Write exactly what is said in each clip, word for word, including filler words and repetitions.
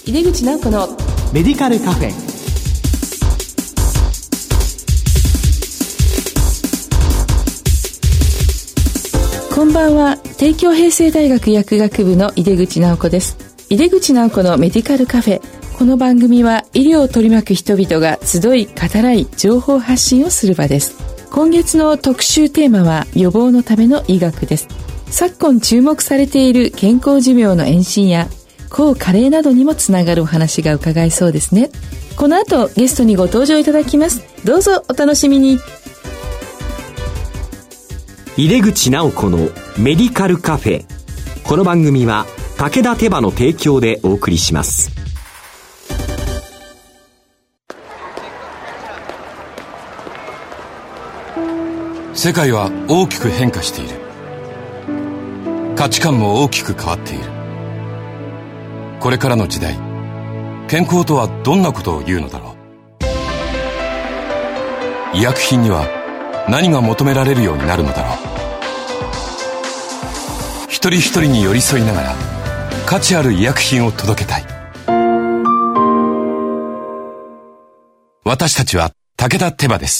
井出口直子のメディカルカフェ。 こんばんは。帝京平成大学薬学部の井出口直子です。井出口直子のメディカルカフェ。この番組は医療を取り巻く人々が集い語らい情報発信をする場です。今月の特集テーマは予防のための医学です。昨今注目されている健康寿命の延伸や抗加齢などにもつながるお話が伺えそうですね。この後ゲストにご登場いただきます。どうぞお楽しみに。 井出口直子のメディカルカフェ。この番組は武田手羽の提供でお送りします。 世界は大きく変化している。価値観も大きく変わっている。これからの時代、健康とはどんなことを言うのだろう。医薬品には何が求められるようになるのだろう。一人一人に寄り添いながら価値ある医薬品を届けたい。私たちは武田手羽です。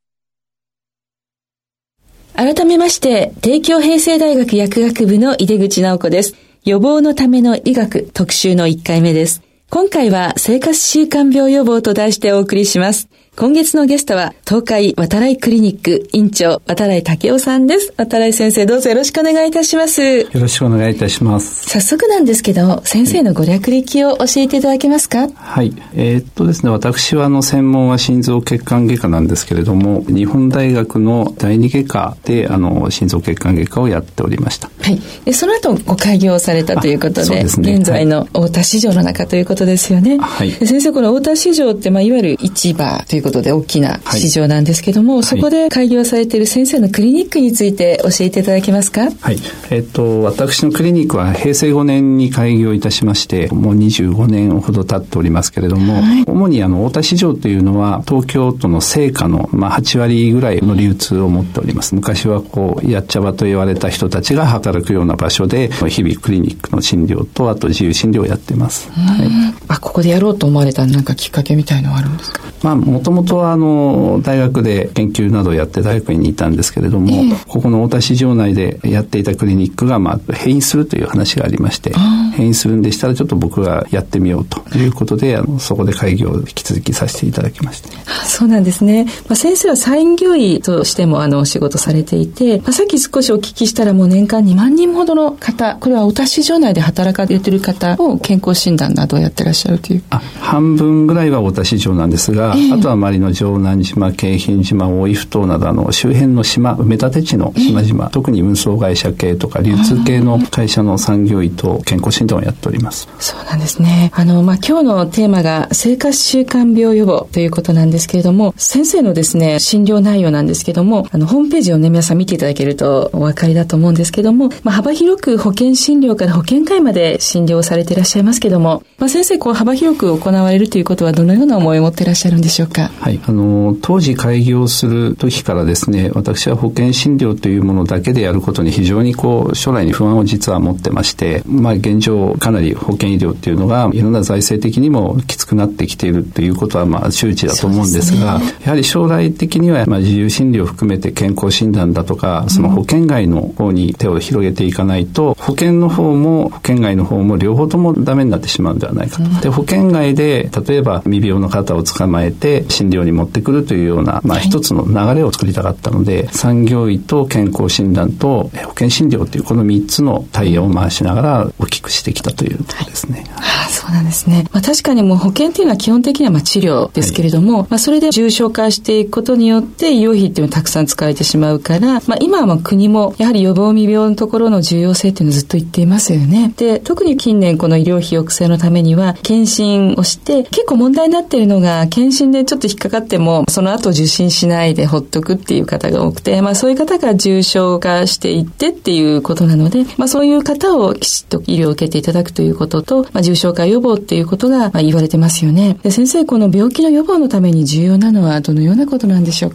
改めまして帝京平成大学薬学部の井出口直子です。予防のための医学特集のいっかいめです。今回は生活習慣病予防と題してお送りします。今月のゲストは東海渡来クリニック院長渡来武夫さんです。渡来先生、どうぞよろしくお願いいたします。 よろしくお願いいたします。 早速なんですけど、先生のご略歴を教えていただけますか？ はい、えー、っとですね私はあの専門は心臓血管外科なんですけれども、日本大学の第二外科であの心臓血管外科をやっておりました。 はい。でその後ご開業されたということ で, で、ね、現在の太田市場の中ということですよね。はい。で先生、この太田市場って、まあ、いわゆる市場ということで大きな市場なんですけども、はい、そこで開業されている先生のクリニックについて教えていただけますか？ はい。えっと、私のクリニックは平成ごねんに開業いたしまして、もうにじゅうごねんほど経っておりますけれども、はい、主にあの太田市場というのは東京都の生花の、まあ、はちわりぐらいの流通を持っております。昔はこうやっちゃ場と言われた人たちが働くような場所で日々クリニックの診療とあと自由診療をやっています。はい。 あ、ここでやろうと思われたなんかきっかけみたいのはあるんですか？ まあ、もともとはあの大学で研究などをやって大学院にいたんですけれども、えー、ここの太田市場内でやっていたクリニックがまあ閉院するという話がありまして、閉院するんでしたらちょっと僕がやってみようということで、あのそこで開業を引き続きさせていただきました。 あ、そうなんですね。まあ、先生は産業医としてもあのお仕事されていて、まあ、さっき少しお聞きしたらもう年間にまんにんほどの方、これは太田市場内で働かれている方を健康診断などをやってらっしゃるという。 あ、半分ぐらいは太田市場なんですが、えー、あとは周りの城南島、京浜島、大井埠頭などあの周辺の島、埋め立て地の島々、特に運送会社系とか流通系の会社の産業医と健康診断をやっております。 そうなんですね。あの、まあ、今日のテーマが生活習慣病予防ということなんですけれども、先生のですね、診療内容なんですけども、あの、ホームページをね、皆さん見ていただけるとお分かりだと思うんですけども、まあ、幅広く保険診療から保険外まで診療されていらっしゃいますけども、まあ、先生、こう幅広く行われるということはどのような思いを持っていらっしゃるんでしょうか？ はい。あの、当時開業する時からですね、私は保険診療というものだけでやることに非常にこう将来に不安を実は持ってまして、まあ現状かなり保険医療っていうのがいろんな財政的にもきつくなってきているということはまあ周知だと思うんですが、すね、やはり将来的にはまあ自由診療を含めて健康診断だとか、その保険外の方に手を広げていかないと、保険の方も保険外の方も両方ともダメになってしまうんではないかと。で、保険外で例えば未病の方を捕まえて診療に持ってくるというような、まあ一つの流れを作りたかったので、産業医と健康診断と保険診療というこのみっつの対応を回しながら大きくしてきたというところですね。 はい。ああ、そうなんですね。まあ、確かにもう保険っていうのは基本的にはまあ治療ですけれども、はい、まあ、それで重症化していくことによって医療費っていうのをたくさん使われてしまうから、まあ、今はまあ国もやはり予防未病のところの重要性っていうのをずっと言っていますよね。で、特に近年この医療費抑制のためには検診をして結構問題になっているのが、検診でちょっと引っかかってもその後受診しないでほっとくっていう方が多くて、まあ、そういう方が重症化していってっていうことなので、まあ、そういう方をきちっと医療を受けていただくということと、まあ、重症化予防っていうことがまあ言われてますよね。で、先生、この病気の予防のために重要なのはどのようなことなんでしょうか？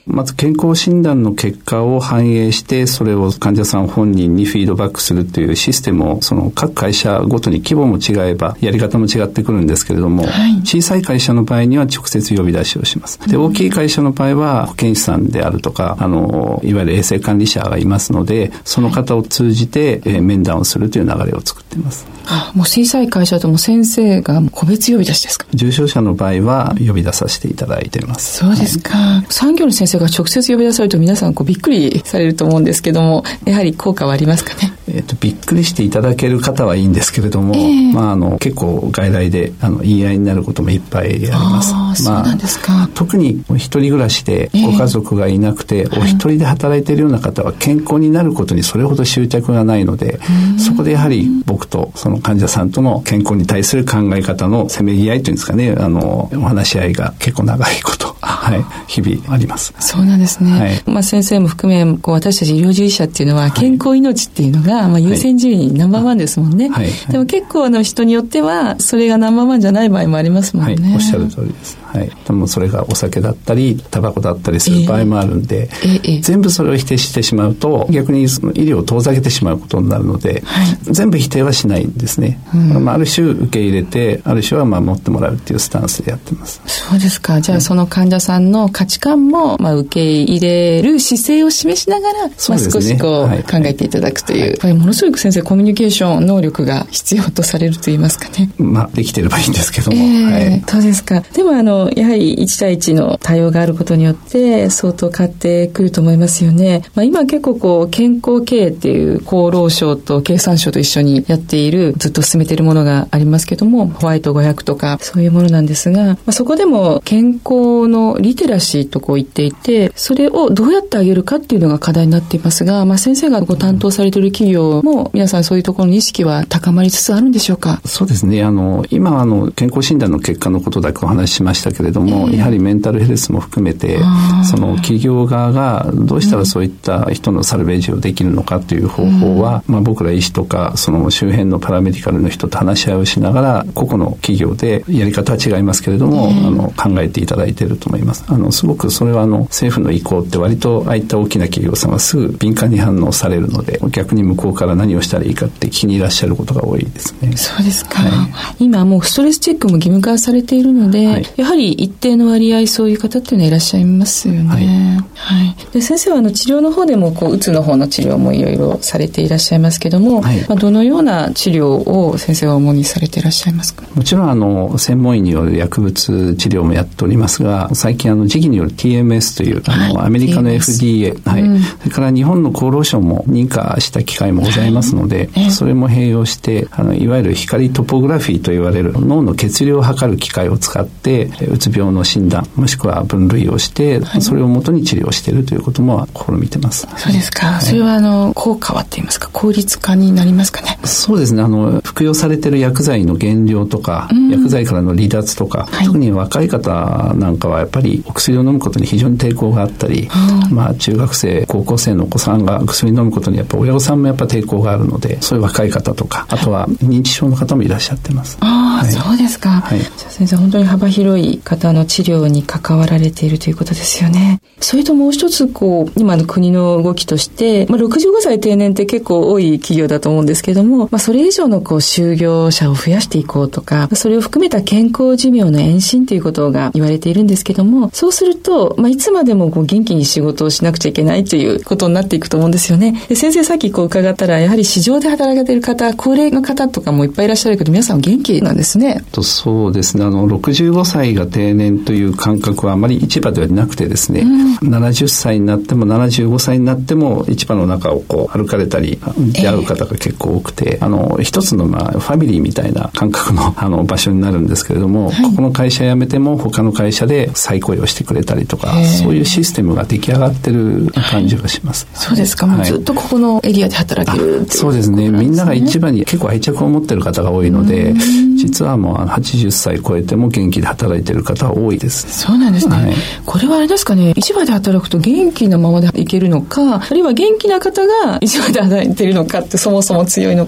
まず健康診断の結果を反映してそれを患者さん本人にフィードバックするというシステムをその各会社ごとに規模も違えばやり方も違ってくるんですけれども、はい、小さい会社の場合には直接呼び出しをします。で、大きい会社の場合は保健師さんであるとかあのいわゆる衛生管理者がいますのでその方を通じて、えー、面談をするという流れを作っています。 あ、もう小さい会社とも先生が個別呼び出しですか？ 重症者の場合は呼び出させていただいています。 そうですか、はい、産業の先生が直接呼び出されると皆さんこうびっくりされると思うんですけども、やはり効果はありますかね？ えー、とびっくりしていただける方はいいんですけれども、えーまあ、あの結構外来であの言い合いになることもいっぱいあります。 あ、そうなんですか。まあ、 特に一人暮らしでご家族がいなくて、えー、お一人で働いているような方は健康になることにそれほど執着がないので、そこでやはり僕とその患者さんとの健康に対する考え方のせめぎ合いというんですかね、あのお話し合いが結構長いこと、はい、日々あります。 そうなんですね。はい、まあ、先生も含めこう私たち医療従事者っていうのは健康命っていうのが、はい、まあ、優先順位ナンバーワンですもんね。はいはい、でも結構あの人によってはそれがナンバーワンじゃない場合もありますもんね。 はい、おっしゃる通りです。はい、でもそれがお酒だったりタバコだったりする場合もあるんで、えーえー、全部それを否定してしまうと逆にその医療を遠ざけてしまうことになるので、はい、全部否定はしないんですね。うん、まあ、ある種受け入れてある種はまあ持ってもらうっていうスタンスでやってます。 そうですか。じゃあその患者さんの価値観もまあ受け入れる姿勢を示しながら、まあ、少しこう、はい、考えていただくという、はい、これものすごく先生コミュニケーション能力が必要とされると言いますかね。 まあ、できてればいいんですけども、えーはい、 そうですか。でもあのやはりいち対いちの対応があることによって相当変わってくると思いますよね。まあ、今結構こう健康経営っていう厚労省と経産省と一緒にやっているずっと進めているものがありますけども、ホワイトごひゃくとかそういうものなんですが、まあ、そこでも健康のリテラシーとこう言っていて、それをどうやってあげるかっていうのが課題になっていますが、まあ、先生がご担当されている企業も皆さんそういうところの意識は高まりつつあるんでしょうか？ そうですね。あの今あの健康診断の結果のことだけお話ししましたけれども、えー、やはりメンタルヘルスも含めてその企業側がどうしたらそういった人のサルベージをできるのかという方法は、うん、まあ、僕ら医師とかその周辺のパラメディカルの人と話し合いをしながら個々の企業でやり方は違いますけれども、えー、あの考えていただいていると思います。あのすごくそれはあの政府の意向って割とああいった大きな企業さんはすぐ敏感に反応されるので、逆に向こうから何をしたらいいかって気にいらっしゃることが多いですね。 そうですか。はい、今もうストレスチェックも義務化されているので、はい、やはり一定の割合そういう方っていうのはいらっしゃいますよね。はいはい、で先生はあの治療の方でもこううつの方の治療もいろいろされていらっしゃいますけども、はい、まあ、どのような治療を先生は主にされていらっしゃいますか？ もちろんあの専門医による薬物治療もやっておりますが、最近あの時期による ティーエムエス というあの、はい、アメリカの エフディーエー、はい、うん、それから日本の厚労省も認可した機会もございますので、はい、それも併用してあのいわゆる光トポグラフィーといわれる脳の血流を測る機械を使ってうつ病の診断もしくは分類をして、はい、それをもとに治療しているということも試みてます。 そうですか。はい、それはあの効果はって言いますか、効率化になりますかね？ そうですね。あの服用されている薬剤の減量とか、うん、薬剤からの離脱とか、はい、特に若い方なんかはやっぱりお薬を飲むことに非常に抵抗があったり、うん、まあ、中学生高校生のお子さんが薬飲むことにやっぱ親御さんもやっぱ抵抗があるので、そういう若い方とか、あとは認知症の方もいらっしゃってます。 ああ、はい、そうですか。はい、じゃあ先生本当に幅広い方の治療に関わられているということですよね。それともう一つこう今の国の動きとして、まあ、ろくじゅうごさい定年って結構多い企業だと思うんですけども、まあ、それ以上のこう就業者を増やしていこうとか、それを含めた健康寿命の延伸ということが言われているんですけども、そうすると、まあ、いつまでもこう元気に仕事をしなくちゃいけないということになっていくと思うんですよね。で先生さっきこう伺ったらやはり市場で働かれている方、高齢の方とかもいっぱいいらっしゃるけど皆さん元気なんですね。 とそうですね。あのろくじゅうごさいが定年という感覚はあまり市場ではなくてですね、うん、ななじゅっさいになってもななじゅうごさいになっても市場の中をこう歩かれたり出会う方が結構多くて、えー、あの一つの、まあ、ファミリーみたいな感覚 の, あの場所になるんですけれども、はい、ここの会社辞めても他の会社で再雇用してくれたりとか、そういうシステムが出来上がってる感じがします。 はい、そうですか。もうずっとここのエリアで働けるっていう、ね、 そうですね。みんなが市場に結構愛着を持ってる方が多いので、実はもうはちじゅっさい超えても元気で働いてる方は多いです。 そうなんですね。はい、これはあれですかね、市場で働くと元気なままでいけるのか、あるいは元気な方が市場で働いているのかってそもそも強いのか、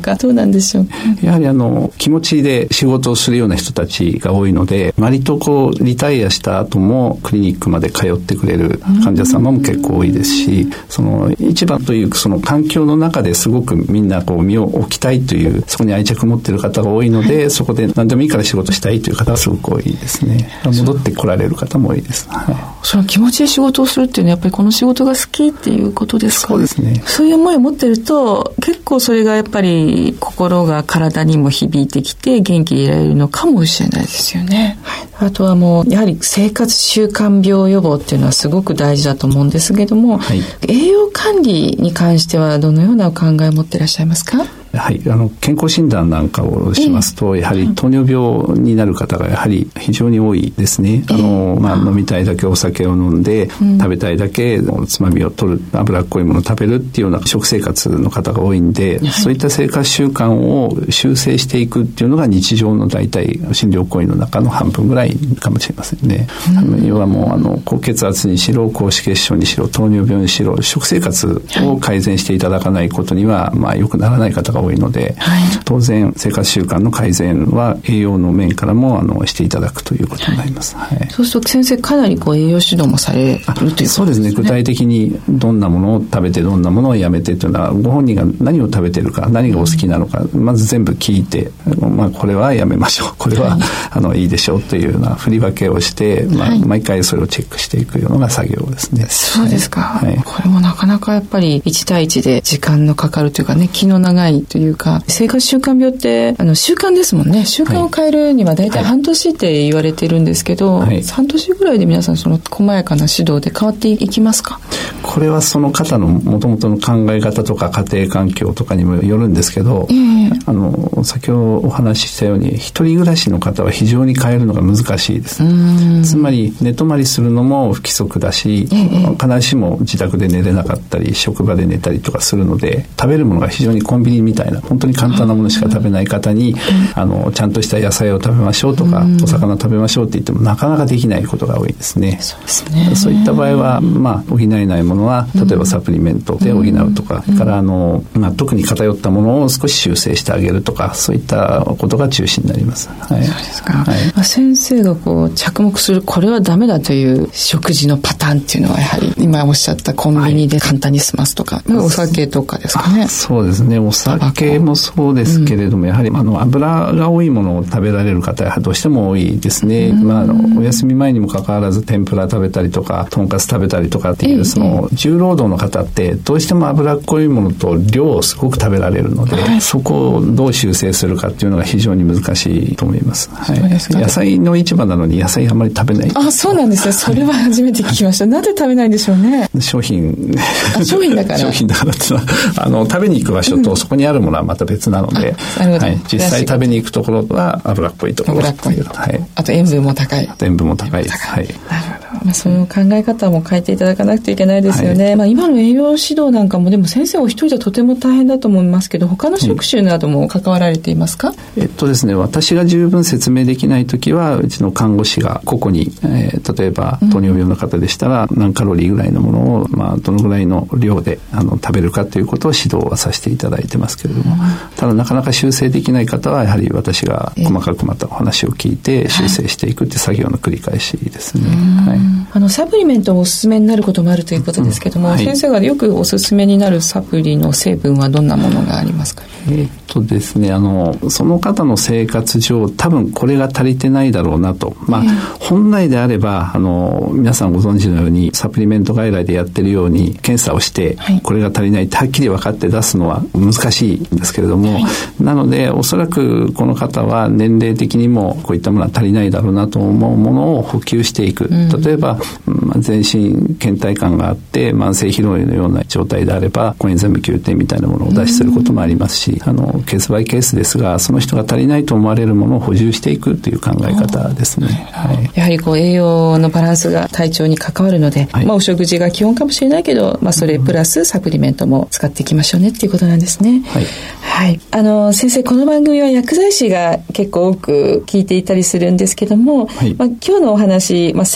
かどうなんでしょう。 やはりあの気持ちで仕事をするような人たちが多いので、割とこうリタイアした後もクリニックまで通ってくれる患者様も結構多いですし、その市場というその環境の中ですごくみんなこう身を置きたいという、そこに愛着を持っている方が多いので、はい、そこで何でもいいから仕事したいという方がすごく多いですね。戻って来られる方も多いです、はい、 その気持ちで仕事をするっていうのはやっぱりこの仕事が好きっていうことですか？ そうですね。 そういう思いを持ってると結構それがやっぱり心が体にも響いてきて元気でいられるのかもしれないですよね、はい、あとはもうやはり生活習慣病予防っていうのはすごく大事だと思うんですけども、はい、栄養管理に関してはどのようなお考えを持っていらっしゃいますか？ はい、あの健康診断なんかをしますと、えー、やはり糖尿病になる方がやはり非常に多いですね。あの、まあ、飲みたいだけお酒を飲んで、うん、食べたいだけおつまみを取る、脂っこいものを食べるっていうような食生活の方が多いんで、はい、そういった生活習慣を修正していくっていうのが日常の大体診療行為の中の半分ぐらいかもしれませんね、うん、あの要はもうあの高血圧にしろ高脂血症にしろ糖尿病にしろ食生活を改善していただかないことには、まあ、良くならない方が多いので、はい、当然生活習慣の改善は栄養の面からもあのしていただくということになります、はいはい、 そうすると先生かなりこう栄養指導もされるということですね。 そうですね。具体的にどんなものを食べてどんなものをやめてというのはご本人が何を食べてるか何がお好きなのか、うん、まず全部聞いて、まあ、これはやめましょうこれは、はい、あのいいでしょうというような振り分けをして、まあはい、毎回それをチェックしていくような作業ですね。 そうですか、はい、これもなかなかやっぱりいち対いちで時間のかかるというかね、気の長いというか、生活習慣病ってあの習慣ですもんね。習慣を変えるにはだいたい半年って言われてるんですけど、はい、半年ぐらいで皆さんその細やかな指導で変わっていきますか？ これはその方の元々の考え方とか家庭環境とかにもよるんですけど、えー、あの先ほどお話ししたように一人暮らしの方は非常に変えるのが難しいです。つまり寝泊まりするのも不規則だし、えー、必ずしも自宅で寝れなかったり職場で寝たりとかするので、食べるものが非常にコンビニみたいな本当に簡単なものしか食べない方に、あのちゃんとした野菜を食べましょうとかお魚食べましょうって言ってもなかなかできないことが多いですね。 そうですね。 そういった場合は、まあ、補えないものは例えばサプリメントで補うとか、からあの、まあ、特に偏ったものを少し修正してあげるとか、そういったことが中心になります、はい、 そうですか、はい。まあ、先生がこう着目するこれはダメだという食事のパターンっていうのはやはり今おっしゃったコンビニで簡単に済ますとか、はい、お酒とかですかね。 そうですね。お酒もそうですけれども、うん、やはりあの油が多いものを食べられる方はどうしても多いですね、うん。まあ、あのお休み前にもかかわらず天ぷら食べたりとかとんかつ食べたりとかっていう、えー、その重労働の方ってどうしても脂っこいものと量をすごく食べられるので、はい、そこをどう修正するかっていうのが非常に難しいと思います、はい、野菜の市場なのに野菜あまり食べない。 あ、そうなんですよ。それは初めて聞きました。なぜ食べないんでしょうね。 商品商品だから商品だからっていうのはあの食べに行く場所とそこにあるものはまた別なので、うんはい、実際食べに行くところは脂っこいところ、 脂っこい、はい、あと塩分も高い塩分も高いです、はい、 なるほど。まあ、そういう考え方も変えていただかなくてはいけないですよね、はい。まあ、今の栄養指導なんかもでも先生お一人じゃとても大変だと思いますけど、他の職種なども関わられていますか？ えっとですね、私が十分説明できないときはうちの看護師が個々に、えー、例えば糖尿病の方でしたら何カロリーぐらいのものを、まあ、どのぐらいの量であの食べるかということを指導はさせていただいてますけれども、うん、ただなかなか修正できない方はやはり私が細かくまたお話を聞いて修正していくっていう作業の繰り返しですね、はい。 あのサプリメントもおすすめになることもあるということですけども、うんはい、先生がよくおすすめになるサプリの成分はどんなものがありますか？ えー、っとですね、あのその方の生活上多分これが足りてないだろうなと、まあ、えー、本来であればあの皆さんご存知のようにサプリメント外来でやってるように検査をして、はい、これが足りないってはっきり分かって出すのは難しいんですけれども、はい、なのでおそらくこの方は年齢的にもこういったものは足りないだろうなと思うものを補給していく、うん、例えば、まあ、全身倦怠感があって慢性疲労のような状態であればコエンザイム キューテンみたいなものを出しすることもありますし、うん、あのケースバイケースですがその人が足りないと思われるものを補充していくという考え方ですね、はい、 やはりこう栄養のバランスが体調に関わるので、はい、まあ、お食事が基本かもしれないけど、まあ、それプラスサプリメントも使っていきましょうねっていうことなんですね、はいはい、あの先生この番組は薬剤師が結構多く聞いていたりするんですけども、はい、まあ、今日のお話、まあ、生活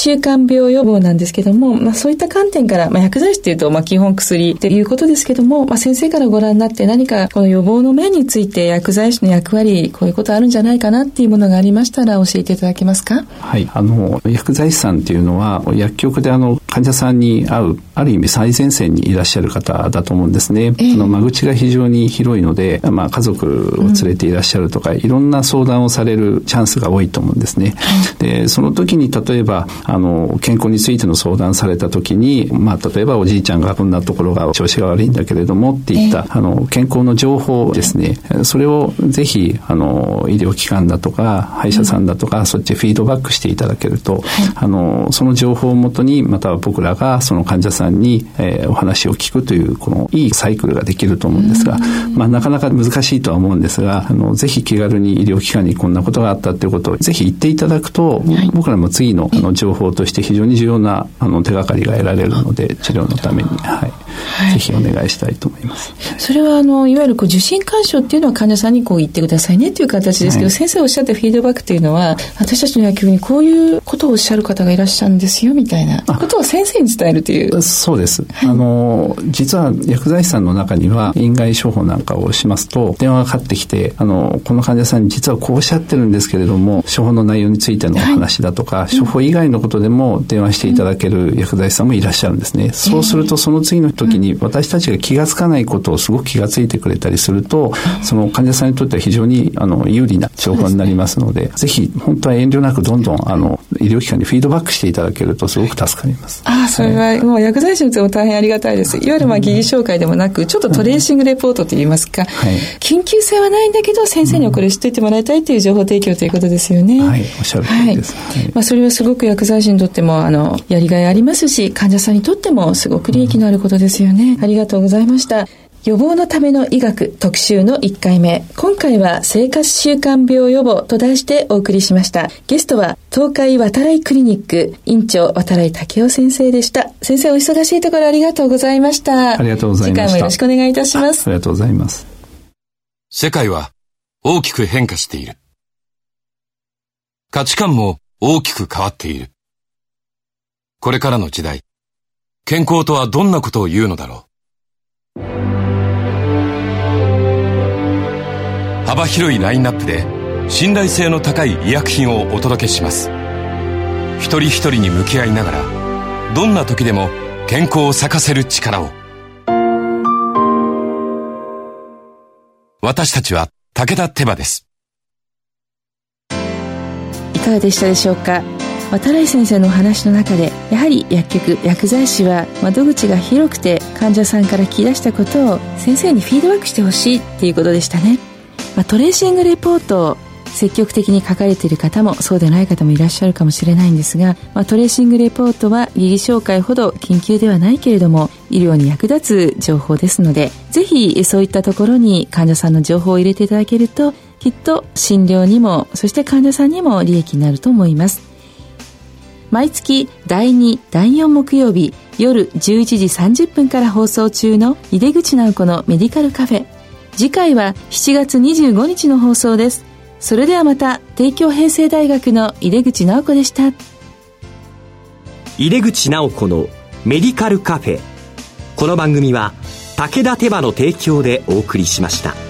習慣病予防なんですけども、まあ、そういった観点から、まあ、薬剤師というと、まあ、基本薬ということですけども、まあ、先生からご覧になって何かこの予防の面について薬剤師の役割、こういうことあるんじゃないかなっていうものがありましたら教えていただけますか？ はい、あの薬剤師さんっていうのは薬局であの患者さんに会うある意味最前線にいらっしゃる方だと思うんですね。えー、あの間口が非常に広いので、まあ、家族を連れていらっしゃるとか、うん、いろんな相談をされるチャンスが多いと思うんですね。でその時に例えばあの健康についての相談された時に、まあ、例えばおじいちゃんがこんなところが調子が悪いんだけれどもっていった、えー、あの健康の情報ですね、それをぜひあの医療機関だとか歯医者さんだとか、うん、そっちフィードバックしていただけると、はい、あのその情報をもとにまたは僕らがその患者さんに、えー、お話を聞くというこのいいサイクルができると思うんですが、まあ、なかなか難しいとは思うんですが、あのぜひ気軽に医療機関にこんなことがあったということをぜひ言っていただくと、はい、僕らも次の、あの情報として非常に重要なあの手がかりが得られるので、治療のために、はいはい、ぜひお願いしたいと思います。 それはあのいわゆるこう受診勧奨っていうのは患者さんにこう言ってくださいねという形ですけど、はい、先生おっしゃったフィードバックというのは私たちの薬局にこういうことをおっしゃる方がいらっしゃるんですよみたいなことを先生に伝えるという。 そうです、はい、あの実は薬剤師さんの中には院外処方なんかをしますと電話がかかってきて、あのこの患者さんに実はこうおっしゃってるんですけれども処方の内容についてのお話だとか、はい、処方以外のことでも電話していただける薬剤師さんもいらっしゃるんですね。うん、そうするとその次の時に私たちが気がつかないことをすごく気がついてくれたりすると、その患者さんにとっては非常にあの有利な情報になりますので、ぜひ本当は遠慮なくどんどんあの医療機関にフィードバックしていただけるとすごく助かります。 ああ、それはもう薬剤師にとっても大変ありがたいです。いわゆるまあ疑義紹介でもなく、ちょっとトレーシングレポートといいますか、はい、緊急性はないんだけど先生にこれ知っておいてもらいたいという情報提供ということですよね。 はい、おっしゃる通りです。はいはい、まあ、 それはすごく薬剤師にとってもあのやりがいありますし、患者さんにとってもすごく利益のあることですよね。うん、ありがとうございました。予防のための医学特集のいっかいめ。今回は生活習慣病予防と題してお送りしました。ゲストは東海渡来クリニック院長渡来武雄先生でした。先生お忙しいところありがとうございました。 ありがとうございました。 次回もよろしくお願いいたします。 ありがとうございます。 世界は大きく変化している。価値観も大きく変わっている。これからの時代、健康とはどんなことを言うのだろう。幅広いラインナップで信頼性の高い医薬品をお届けします。一人一人に向き合いながら、どんな時でも健康を咲かせる力を。私たちは武田手羽です。 いかがでしたでしょうか。渡来先生のお話の中で、やはり薬局薬剤師は窓口が広くて患者さんから聞き出したことを先生にフィードバックしてほしいっていうことでしたね。まあ、トレーシングレポートを積極的に書かれている方もそうでない方もいらっしゃるかもしれないんですが、まあ、トレーシングレポートは疑義紹介ほど緊急ではないけれども医療に役立つ情報ですので、ぜひそういったところに患者さんの情報を入れていただけると、きっと診療にもそして患者さんにも利益になると思います。毎月だいに、だいよん木曜日夜じゅういちじさんじゅっぷんから放送中の井出口直子のメディカルカフェ。次回はしちがつにじゅうごにちの放送です。それではまた。帝京平成大学の井出口直子でした。 井出口直子のメディカルカフェ。この番組は武田手羽の提供でお送りしました。